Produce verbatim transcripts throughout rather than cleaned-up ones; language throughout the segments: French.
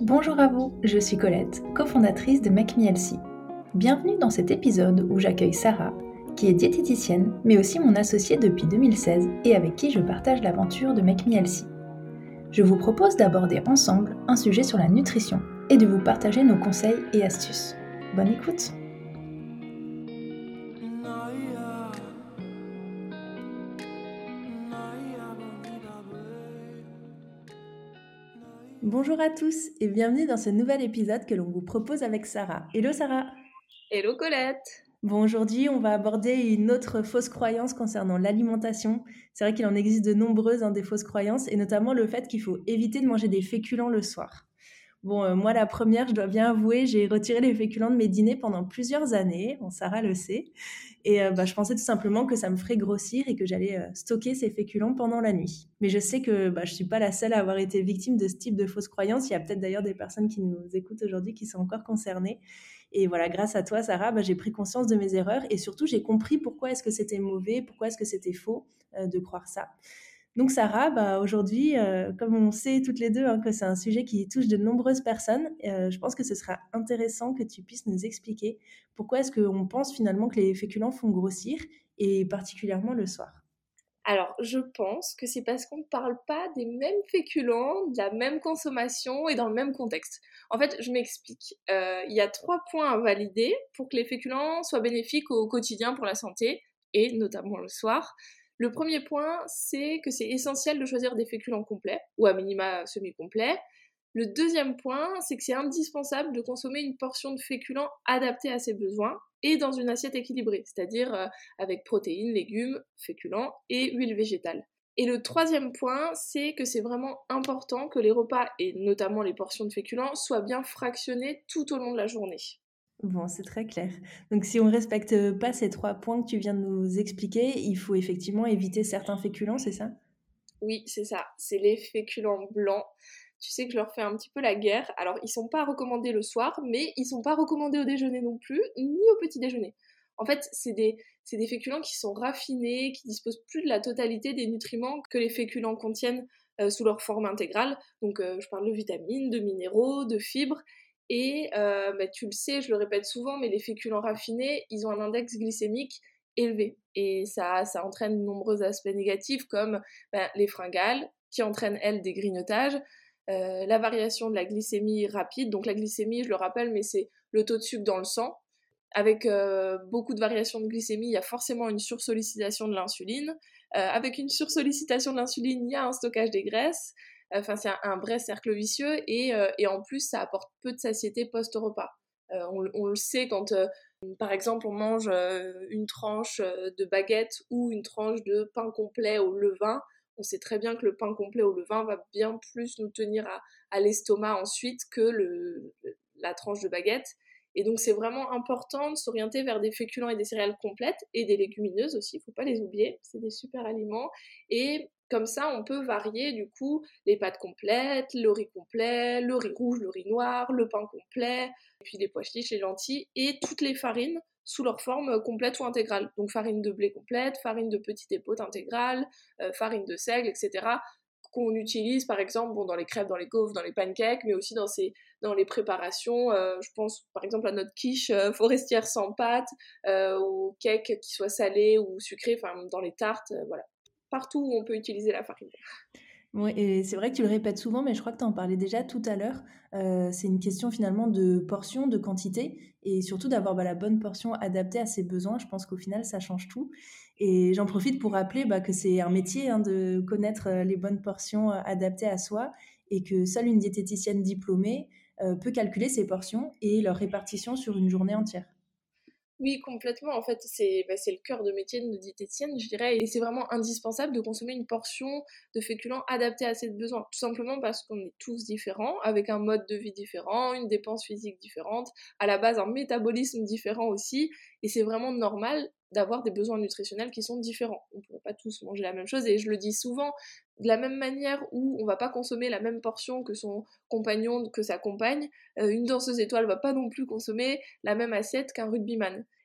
Bonjour à vous, je suis Colette, cofondatrice de Make Me Healthy. Bienvenue dans cet épisode où j'accueille Sarah, qui est diététicienne, mais aussi mon associée depuis deux mille seize et avec qui je partage l'aventure de Make Me Healthy. Je vous propose d'aborder ensemble un sujet sur la nutrition et de vous partager nos conseils et astuces. Bonne écoute! Bonjour à tous et bienvenue dans ce nouvel épisode que l'on vous propose avec Sarah. Hello Sarah! Hello Colette! Bon, aujourd'hui, on va aborder une autre fausse croyance concernant l'alimentation. C'est vrai qu'il en existe de nombreuses, hein, des fausses croyances, et notamment le fait qu'il faut éviter de manger des féculents le soir. Bon, euh, moi, la première, je dois bien avouer, j'ai retiré les féculents de mes dîners pendant plusieurs années. Bon, Sarah le sait. Et euh, bah, je pensais tout simplement que ça me ferait grossir et que j'allais euh, stocker ces féculents pendant la nuit. Mais je sais que bah, je ne suis pas la seule à avoir été victime de ce type de fausses croyances. Il y a peut-être d'ailleurs des personnes qui nous écoutent aujourd'hui qui sont encore concernées. Et voilà, grâce à toi, Sarah, bah, j'ai pris conscience de mes erreurs et surtout, j'ai compris pourquoi est-ce que c'était mauvais, pourquoi est-ce que c'était faux euh, de croire ça. Donc Sarah, bah, aujourd'hui, euh, comme on sait toutes les deux hein, que c'est un sujet qui touche de nombreuses personnes, euh, je pense que ce sera intéressant que tu puisses nous expliquer pourquoi est-ce qu'on pense finalement que les féculents font grossir, et particulièrement le soir. Alors, je pense que c'est parce qu'on ne parle pas des mêmes féculents, de la même consommation et dans le même contexte. En fait, je m'explique. Euh, il y a trois points à valider pour que les féculents soient bénéfiques au quotidien pour la santé, et notamment le soir. Le premier point, c'est que c'est essentiel de choisir des féculents complets, ou à minima semi-complets. Le deuxième point, c'est que c'est indispensable de consommer une portion de féculents adaptée à ses besoins et dans une assiette équilibrée, c'est-à-dire euh, avec protéines, légumes, féculents et huile végétale. Et le troisième point, c'est que c'est vraiment important que les repas, et notamment les portions de féculents, soient bien fractionnés tout au long de la journée. Bon, c'est très clair. Donc si on ne respecte pas ces trois points que tu viens de nous expliquer, il faut effectivement éviter certains féculents, c'est ça ? Oui, c'est ça, c'est les féculents blancs. Tu sais que je leur fais un petit peu la guerre. Alors, ils sont pas recommandés le soir, mais ils sont pas recommandés au déjeuner non plus, ni au petit déjeuner. En fait, c'est des, c'est des féculents qui sont raffinés, qui disposent plus de la totalité des nutriments que les féculents contiennent euh, sous leur forme intégrale. Donc, euh, je parle de vitamines, de minéraux, de fibres. Et euh, bah, tu le sais, je le répète souvent, mais les féculents raffinés, ils ont un index glycémique élevé. Et ça, ça entraîne de nombreux aspects négatifs comme ben, les fringales, qui entraînent, elles, des grignotages, euh, la variation de la glycémie rapide. Donc la glycémie, je le rappelle, mais c'est le taux de sucre dans le sang. Avec euh, beaucoup de variations de glycémie, il y a forcément une sursollicitation de l'insuline. Euh, avec une sursollicitation de l'insuline, il y a un stockage des graisses. Enfin, c'est un, un vrai cercle vicieux. Et, euh, et en plus, ça apporte peu de satiété post-repas. Euh, on, on le sait quand, euh, par exemple, on mange euh, une tranche euh, de baguette ou une tranche de pain complet au levain. On sait très bien que le pain complet au levain va bien plus nous tenir à, à l'estomac ensuite que le, la tranche de baguette. Et donc c'est vraiment important de s'orienter vers des féculents et des céréales complètes et des légumineuses aussi, il ne faut pas les oublier, c'est des super aliments. Et comme ça, on peut varier du coup les pâtes complètes, le riz complet, le riz rouge, le riz noir, le pain complet, et puis les pois chiches, les lentilles et toutes les farines sous leur forme complète ou intégrale. Donc farine de blé complète, farine de petite épaule intégrale, euh, farine de seigle, et cetera qu'on utilise par exemple bon, dans les crêpes, dans les gaufres, dans les pancakes, mais aussi dans, ces, dans les préparations. Euh, je pense par exemple à notre quiche euh, forestière sans pâte, euh, aux cakes qui soient salés ou sucrés, enfin dans les tartes, euh, voilà. Partout où on peut utiliser la farine. Oui, et c'est vrai que tu le répètes souvent, mais je crois que tu en parlais déjà tout à l'heure. Euh, c'est une question finalement de portion, de quantité, et surtout d'avoir bah, la bonne portion adaptée à ses besoins. Je pense qu'au final, ça change tout. Et j'en profite pour rappeler bah, que c'est un métier hein, de connaître euh, les bonnes portions euh, adaptées à soi, et que seule une diététicienne diplômée euh, peut calculer ses portions et leur répartition sur une journée entière. Oui, complètement. En fait, c'est bah, c'est le cœur de métier de diététicienne, je dirais. Et c'est vraiment indispensable de consommer une portion de féculents adaptée à ses besoins. Tout simplement parce qu'on est tous différents, avec un mode de vie différent, une dépense physique différente, à la base un métabolisme différent aussi. Et c'est vraiment normal d'avoir des besoins nutritionnels qui sont différents. On ne pourrait pas tous manger la même chose. Et je le dis souvent, de la même manière où on ne va pas consommer la même portion que son compagnon, que sa compagne, euh, une danseuse étoile ne va pas non plus consommer la même assiette qu'un rugbyman.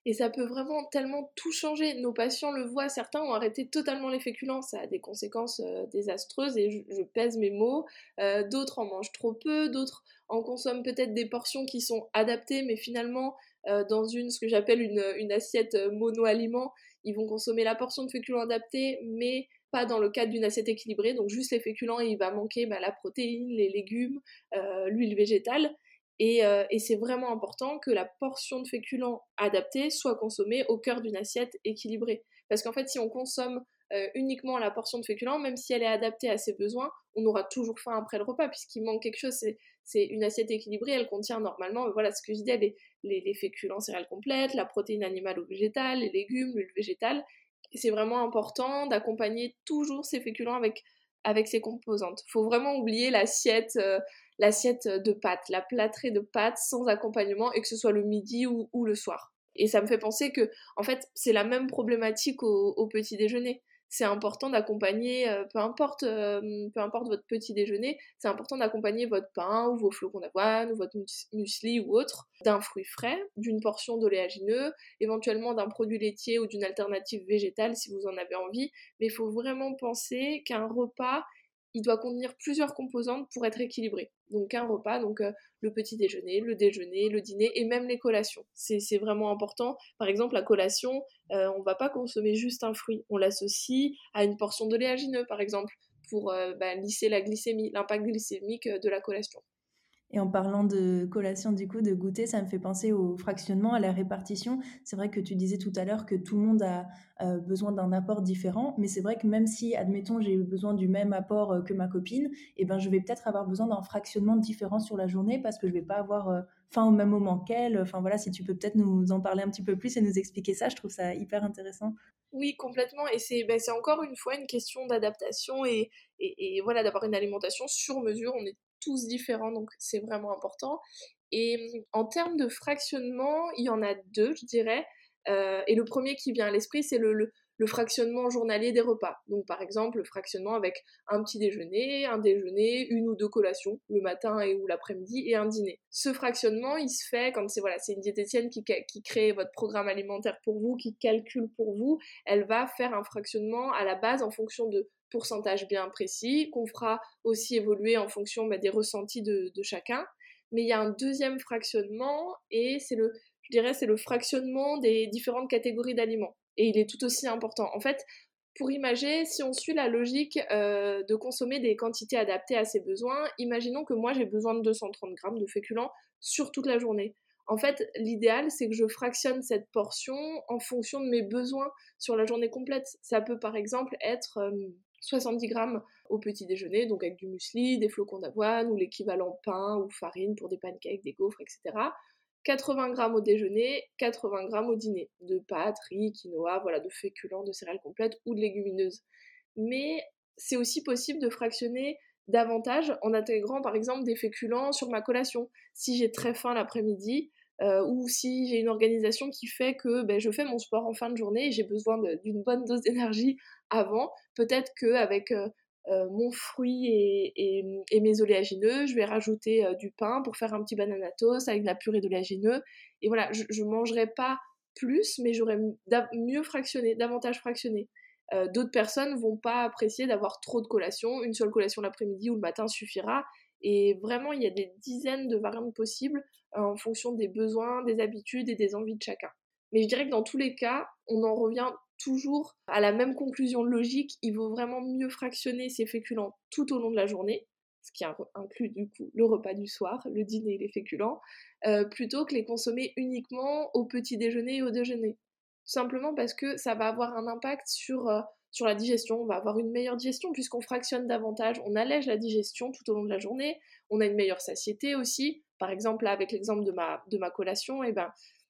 Et ça peut vraiment tellement tout changer. Nos patients le voient, certains ont arrêté totalement les féculents, ça a des conséquences euh, désastreuses, et je, je pèse mes mots. Euh, d'autres en mangent trop peu, d'autres en consomment peut-être des portions qui sont adaptées, mais finalement, euh, dans une, ce que j'appelle une, une assiette mono-aliment, ils vont consommer la portion de féculents adaptés, mais pas dans le cadre d'une assiette équilibrée, donc juste les féculents, et il va manquer bah, la protéine, les légumes, euh, l'huile végétale. Et, euh, et c'est vraiment important que la portion de féculents adaptée soit consommée au cœur d'une assiette équilibrée. Parce qu'en fait, si on consomme euh, uniquement la portion de féculents, même si elle est adaptée à ses besoins, on aura toujours faim après le repas, puisqu'il manque quelque chose. C'est, c'est une assiette équilibrée, elle contient normalement, voilà ce que je disais, les, les, les féculents céréales complètes, la protéine animale ou végétale, les légumes, l'huile végétale. Et c'est vraiment important d'accompagner toujours ces féculents avec, avec ces composantes. Il faut vraiment oublier l'assiette... Euh, l'assiette de pâtes, la plâtrée de pâtes sans accompagnement, et que ce soit le midi ou, ou le soir. Et ça me fait penser que, en fait, c'est la même problématique au, au petit déjeuner. C'est important d'accompagner, euh, peu importe, euh, peu importe votre petit déjeuner, c'est important d'accompagner votre pain ou vos flocons d'avoine ou votre muesli ou autre d'un fruit frais, d'une portion d'oléagineux, éventuellement d'un produit laitier ou d'une alternative végétale si vous en avez envie. Mais il faut vraiment penser qu'un repas, il doit contenir plusieurs composantes pour être équilibré. Donc un repas, donc euh, le petit déjeuner, le déjeuner, le dîner et même les collations. C'est, c'est vraiment important. Par exemple, la collation, euh, on ne va pas consommer juste un fruit. On l'associe à une portion d'oléagineux, par exemple, pour euh, bah, lisser la glycémie, l'impact glycémique de la collation. Et en parlant de collation, du coup, de goûter, ça me fait penser au fractionnement, à la répartition. C'est vrai que tu disais tout à l'heure que tout le monde a euh, besoin d'un apport différent, mais c'est vrai que même si, admettons, j'ai besoin du même apport euh, que ma copine, eh ben, je vais peut-être avoir besoin d'un fractionnement différent sur la journée parce que je vais pas avoir euh, faim au même moment qu'elle. Enfin voilà, si tu peux peut-être nous en parler un petit peu plus et nous expliquer ça, je trouve ça hyper intéressant. Oui, complètement. Et c'est ben, c'est encore une fois une question d'adaptation et, et, et voilà, d'avoir une alimentation sur mesure. On est tous différents, donc c'est vraiment important. Et hum, en termes de fractionnement, il y en a deux, je dirais. Euh, et le premier qui vient à l'esprit, c'est le, le, le fractionnement journalier des repas. Donc par exemple, le fractionnement avec un petit déjeuner, un déjeuner, une ou deux collations, le matin et ou l'après-midi, et un dîner. Ce fractionnement, il se fait quand c'est voilà, c'est une diététicienne qui, qui crée votre programme alimentaire pour vous, qui calcule pour vous. Elle va faire un fractionnement à la base en fonction de pourcentages bien précis, qu'on fera aussi évoluer en fonction bah, des ressentis de, de chacun. Mais il y a un deuxième fractionnement, et c'est le, je dirais, c'est le fractionnement des différentes catégories d'aliments. Et il est tout aussi important. En fait, pour imager, si on suit la logique euh, de consommer des quantités adaptées à ses besoins, imaginons que moi j'ai besoin de deux cent trente grammes de féculents sur toute la journée. En fait, l'idéal, c'est que je fractionne cette portion en fonction de mes besoins sur la journée complète. Ça peut par exemple être euh, soixante-dix grammes au petit déjeuner, donc avec du muesli, des flocons d'avoine ou l'équivalent pain ou farine pour des pancakes, des gaufres, et cetera. quatre-vingts grammes au déjeuner, quatre-vingts grammes au dîner, de pâtes, riz, quinoa, voilà, de féculents, de céréales complètes ou de légumineuses. Mais c'est aussi possible de fractionner davantage en intégrant par exemple des féculents sur ma collation. Si j'ai très faim l'après-midi, euh, ou si j'ai une organisation qui fait que ben, je fais mon sport en fin de journée et j'ai besoin de, d'une bonne dose d'énergie avant, peut-être qu'avec euh, euh, mon fruit et, et, et mes oléagineux, je vais rajouter euh, du pain pour faire un petit banana toast avec de la purée d'oléagineux. Et voilà, je ne mangerai pas plus, mais j'aurais mieux fractionné, davantage fractionné. Euh, d'autres personnes vont pas apprécier d'avoir trop de collations. Une seule collation l'après-midi ou le matin suffira. Et vraiment, il y a des dizaines de variantes possibles euh, en fonction des besoins, des habitudes et des envies de chacun. Mais je dirais que dans tous les cas, on en revient toujours à la même conclusion logique. Il vaut vraiment mieux fractionner ses féculents tout au long de la journée, ce qui inclut du coup le repas du soir, le dîner et les féculents, euh, plutôt que les consommer uniquement au petit déjeuner et au déjeuner. Tout simplement parce que ça va avoir un impact sur, euh, sur la digestion, on va avoir une meilleure digestion puisqu'on fractionne davantage, on allège la digestion tout au long de la journée, on a une meilleure satiété aussi. Par exemple, là, avec l'exemple de ma, de ma collation, eh ben,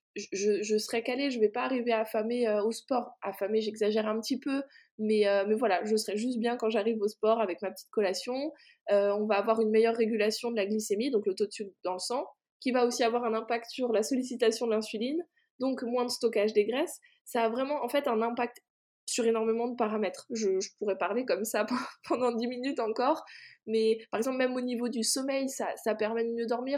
je, je serai calée, je vais pas arriver affamée euh, au sport. Affamée, j'exagère un petit peu, mais, euh, mais voilà, je serai juste bien quand j'arrive au sport avec ma petite collation. Euh, on va avoir une meilleure régulation de la glycémie, donc le taux de sucre dans le sang, qui va aussi avoir un impact sur la sollicitation de l'insuline, donc moins de stockage des graisses. Ça a vraiment en fait un impact sur énormément de paramètres. Je, je pourrais parler comme ça pendant dix minutes encore, mais par exemple même au niveau du sommeil, ça, ça permet de mieux dormir.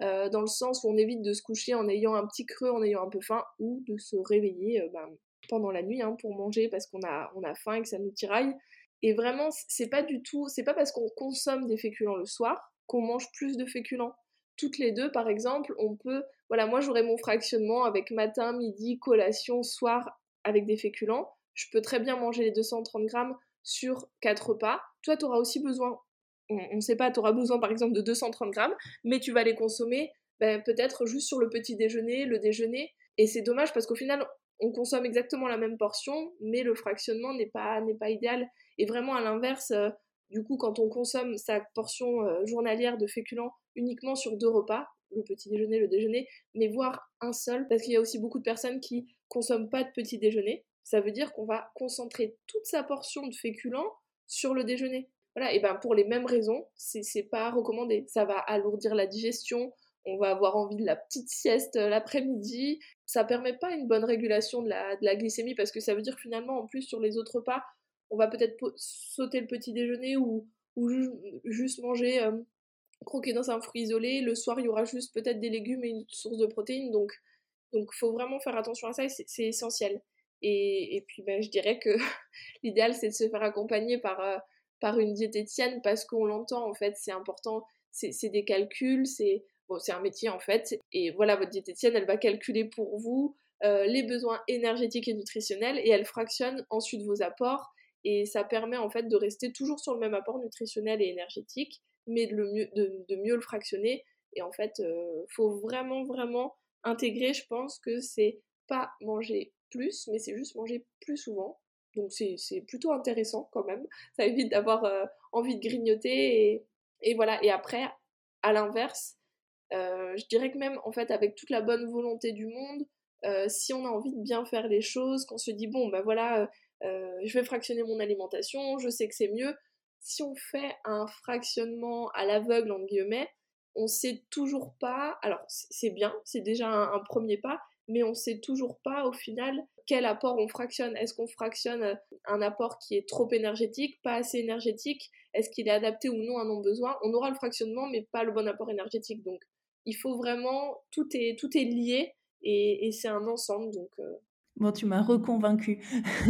euh, dans le sens où on évite de se coucher en ayant un petit creux, en ayant un peu faim, ou de se réveiller euh, ben, pendant la nuit hein, pour manger parce qu'on a, on a faim et que ça nous tiraille. Et vraiment, c'est pas du tout, c'est pas parce qu'on consomme des féculents le soir qu'on mange plus de féculents. Toutes les deux, par exemple, on peut, voilà, moi j'aurais mon fractionnement avec matin, midi, collation, soir avec des féculents. Je peux très bien manger les deux cent trente grammes sur quatre repas. Toi, tu auras aussi besoin, on ne sait pas, tu auras besoin par exemple de deux cent trente grammes, mais tu vas les consommer ben, peut-être juste sur le petit déjeuner, le déjeuner. Et c'est dommage parce qu'au final, on consomme exactement la même portion, mais le fractionnement n'est pas, n'est pas idéal. Et vraiment, à l'inverse, euh, du coup, quand on consomme sa portion euh, journalière de féculents uniquement sur deux repas, le petit déjeuner, le déjeuner, mais voire un seul, parce qu'il y a aussi beaucoup de personnes qui consomment pas de petit déjeuner, ça veut dire qu'on va concentrer toute sa portion de féculents sur le déjeuner. Voilà, et ben pour les mêmes raisons, c'est, c'est pas recommandé. Ça va alourdir la digestion, on va avoir envie de la petite sieste l'après-midi. Ça permet pas une bonne régulation de la, de la glycémie parce que ça veut dire finalement, en plus, sur les autres repas, on va peut-être po- sauter le petit déjeuner ou, ou ju- juste manger, euh, croquer dans un fruit isolé. Le soir, il y aura juste peut-être des légumes et une source de protéines. Donc, donc faut vraiment faire attention à ça et c'est, c'est essentiel. Et, et puis, ben, je dirais que l'idéal, c'est de se faire accompagner par, euh, par une diététicienne parce qu'on l'entend, en fait, c'est important. C'est, c'est des calculs, c'est, bon, c'est un métier, en fait. Et voilà, votre diététicienne, elle va calculer pour vous euh, les besoins énergétiques et nutritionnels et elle fractionne ensuite vos apports. Et ça permet, en fait, de rester toujours sur le même apport nutritionnel et énergétique, mais de, le mieux, de, de mieux le fractionner. Et en fait, euh, faut vraiment, vraiment intégrer, je pense que c'est pas manger plus, mais c'est juste manger plus souvent. Donc c'est, c'est plutôt intéressant quand même. Ça évite d'avoir euh, envie de grignoter. Et, et voilà. Et après, à l'inverse, euh, je dirais que même en fait avec toute la bonne volonté du monde, euh, si on a envie de bien faire les choses, qu'on se dit bon ben voilà, euh, je vais fractionner mon alimentation, je sais que c'est mieux. Si on fait un fractionnement à l'aveugle entre guillemets, on sait toujours pas. Alors c'est bien, c'est déjà un, un premier pas, mais on sait toujours pas au final quel apport on fractionne. Est-ce qu'on fractionne un apport qui est trop énergétique, pas assez énergétique? Est-ce qu'il est adapté ou non à nos besoins? On aura le fractionnement, mais pas le bon apport énergétique. Donc il faut vraiment, tout est, tout est lié et, et c'est un ensemble. Donc, euh... Bon, tu m'as reconvaincue.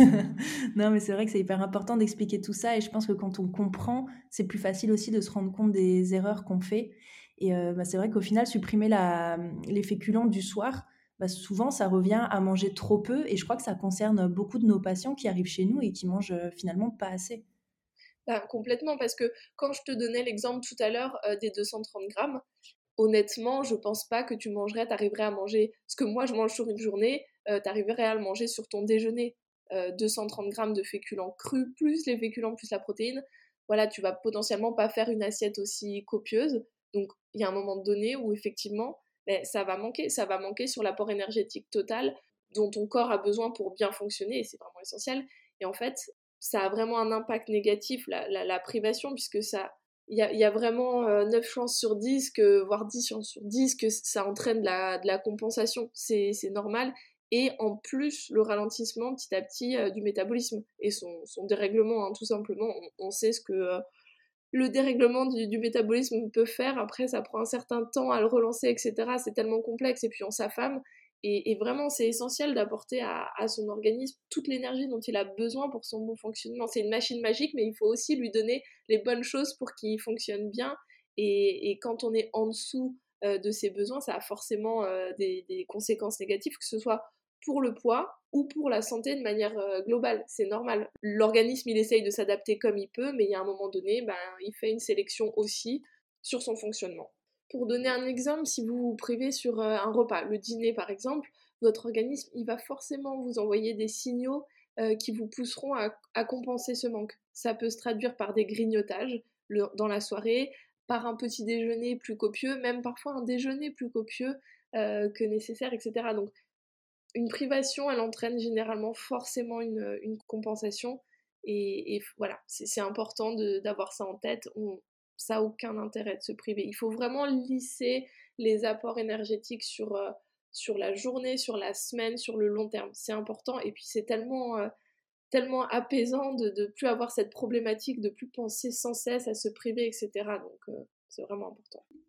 Non, mais c'est vrai que c'est hyper important d'expliquer tout ça et je pense que quand on comprend, c'est plus facile aussi de se rendre compte des erreurs qu'on fait. Et euh, bah, c'est vrai qu'au final, supprimer la, les féculents du soir, bah, souvent, ça revient à manger trop peu et je crois que ça concerne beaucoup de nos patients qui arrivent chez nous et qui mangent euh, finalement pas assez. bah, complètement, parce que quand je te donnais l'exemple tout à l'heure euh, des deux cent trente grammes, honnêtement, je pense pas que tu mangerais, t'arriverais à manger ce que moi je mange sur une journée, euh, t'arriverais à le manger sur ton déjeuner. Euh, deux cent trente grammes de féculents crus, plus les féculents, plus la protéine. Voilà, tu vas potentiellement pas faire une assiette aussi copieuse. Donc, il y a un moment donné où effectivement, ben, ça va manquer. Ça va manquer sur l'apport énergétique total dont ton corps a besoin pour bien fonctionner, et c'est vraiment essentiel. Et en fait, ça a vraiment un impact négatif, la, la, la privation, puisque ça, il y a, y a vraiment euh, neuf chances sur dix, que, voire dix chances sur dix que ça entraîne de la, de la compensation. C'est, c'est normal. Et en plus, le ralentissement petit à petit euh, du métabolisme et son, son dérèglement, hein, tout simplement. On, on sait ce que euh, le dérèglement du, du métabolisme peut faire. Après, ça prend un certain temps à le relancer, et cetera. C'est tellement complexe et puis on s'affame. Et, et vraiment, c'est essentiel d'apporter à, à son organisme toute l'énergie dont il a besoin pour son bon fonctionnement. C'est une machine magique, mais il faut aussi lui donner les bonnes choses pour qu'il fonctionne bien. Et, et quand on est en dessous euh, de ses besoins, ça a forcément euh, des, des conséquences négatives, que ce soit pour le poids ou pour la santé de manière euh, globale. C'est normal. L'organisme, il essaye de s'adapter comme il peut, mais il y a un moment donné, ben, il fait une sélection aussi sur son fonctionnement. Pour donner un exemple, si vous vous privez sur euh, un repas, le dîner par exemple, votre organisme, il va forcément vous envoyer des signaux euh, qui vous pousseront à, à compenser ce manque. Ça peut se traduire par des grignotages le, dans la soirée, par un petit déjeuner plus copieux, même parfois un déjeuner plus copieux euh, que nécessaire, et cetera. Donc une privation, elle entraîne généralement forcément une, une compensation. Et, et voilà, c'est, c'est important de, d'avoir ça en tête. On, ça n'a aucun intérêt de se priver. Il faut vraiment lisser les apports énergétiques sur, euh, sur la journée, sur la semaine, sur le long terme. C'est important. Et puis c'est tellement, euh, tellement apaisant de ne plus avoir cette problématique, de plus penser sans cesse à se priver, et cetera. Donc euh, c'est vraiment important.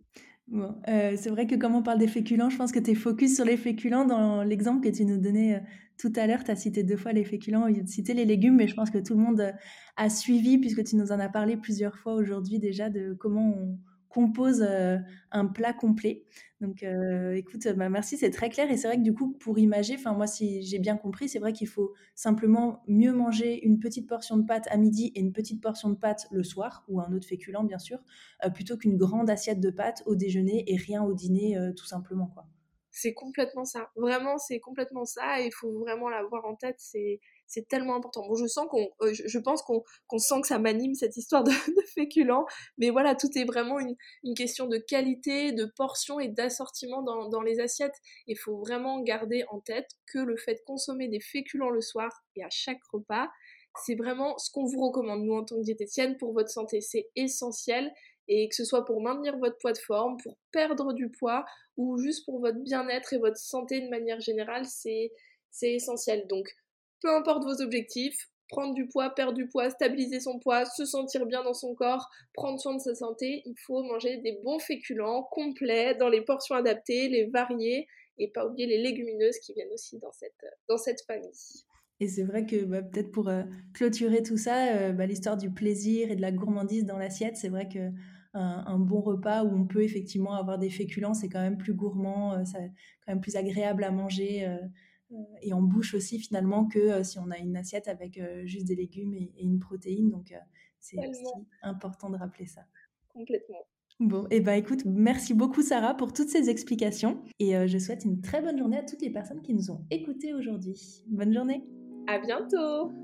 Bon, heu, c'est vrai que comme on parle des féculents, je pense que tu es focus sur les féculents dans l'exemple que tu nous donnais, heu, tout à l'heure. Tu as cité deux fois les féculents au lieu de citer les légumes, mais je pense que tout le monde, heu, a suivi puisque tu nous en as parlé plusieurs fois aujourd'hui déjà de comment on compose, heu, un plat complet. Donc, heu, écoute, bah, merci, c'est très clair et c'est vrai que du coup pour imager, enfin moi si j'ai bien compris, c'est vrai qu'il faut simplement mieux manger une petite portion de pâtes à midi et une petite portion de pâtes le soir ou un autre féculent bien sûr, euh, plutôt qu'une grande assiette de pâtes au déjeuner et rien au dîner, euh, tout simplement, quoi. C'est complètement ça. Vraiment, c'est complètement ça. Et il faut vraiment l'avoir en tête. C'est, c'est tellement important. Bon, je sens qu'on, euh, je, je pense qu'on, qu'on sent que ça m'anime cette histoire de, de féculents. Mais voilà, tout est vraiment une, une question de qualité, de portion et d'assortiment dans, dans les assiettes. Il faut vraiment garder en tête que le fait de consommer des féculents le soir et à chaque repas, c'est vraiment ce qu'on vous recommande, nous, en tant que diététicienne, pour votre santé. C'est essentiel. Et que ce soit pour maintenir votre poids de forme, pour perdre du poids, ou juste pour votre bien-être et votre santé de manière générale, c'est, c'est essentiel. Donc, peu importe vos objectifs, prendre du poids, perdre du poids, stabiliser son poids, se sentir bien dans son corps, prendre soin de sa santé, il faut manger des bons féculents complets, dans les portions adaptées, les varier, et pas oublier les légumineuses qui viennent aussi dans cette, dans cette famille. Et c'est vrai que bah, peut-être pour euh, clôturer tout ça, euh, bah, l'histoire du plaisir et de la gourmandise dans l'assiette, c'est vrai que un, un bon repas où on peut effectivement avoir des féculents, c'est quand même plus gourmand, euh, c'est quand même plus agréable à manger euh, euh, et en bouche aussi finalement que euh, si on a une assiette avec euh, juste des légumes et, et une protéine. Donc euh, c'est Tellement, aussi important de rappeler ça. complètement. Bon, et ben écoute, merci beaucoup Sarah pour toutes ces explications et euh, je souhaite une très bonne journée à toutes les personnes qui nous ont écoutés aujourd'hui. Bonne journée. À bientôt!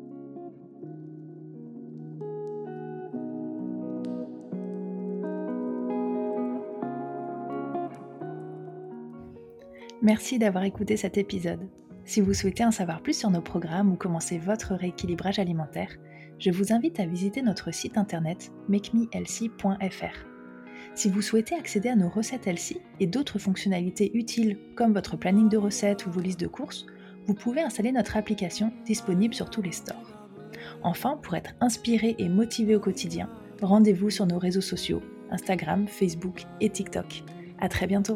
Merci d'avoir écouté cet épisode. Si vous souhaitez en savoir plus sur nos programmes ou commencer votre rééquilibrage alimentaire, je vous invite à visiter notre site internet make me healthy point f r. Si vous souhaitez accéder à nos recettes Healthy et d'autres fonctionnalités utiles comme votre planning de recettes ou vos listes de courses, vous pouvez installer notre application disponible sur tous les stores. Enfin, pour être inspiré et motivé au quotidien, rendez-vous sur nos réseaux sociaux, Instagram, Facebook et TikTok. À très bientôt!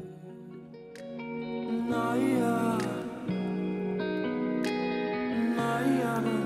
Naya, Naya.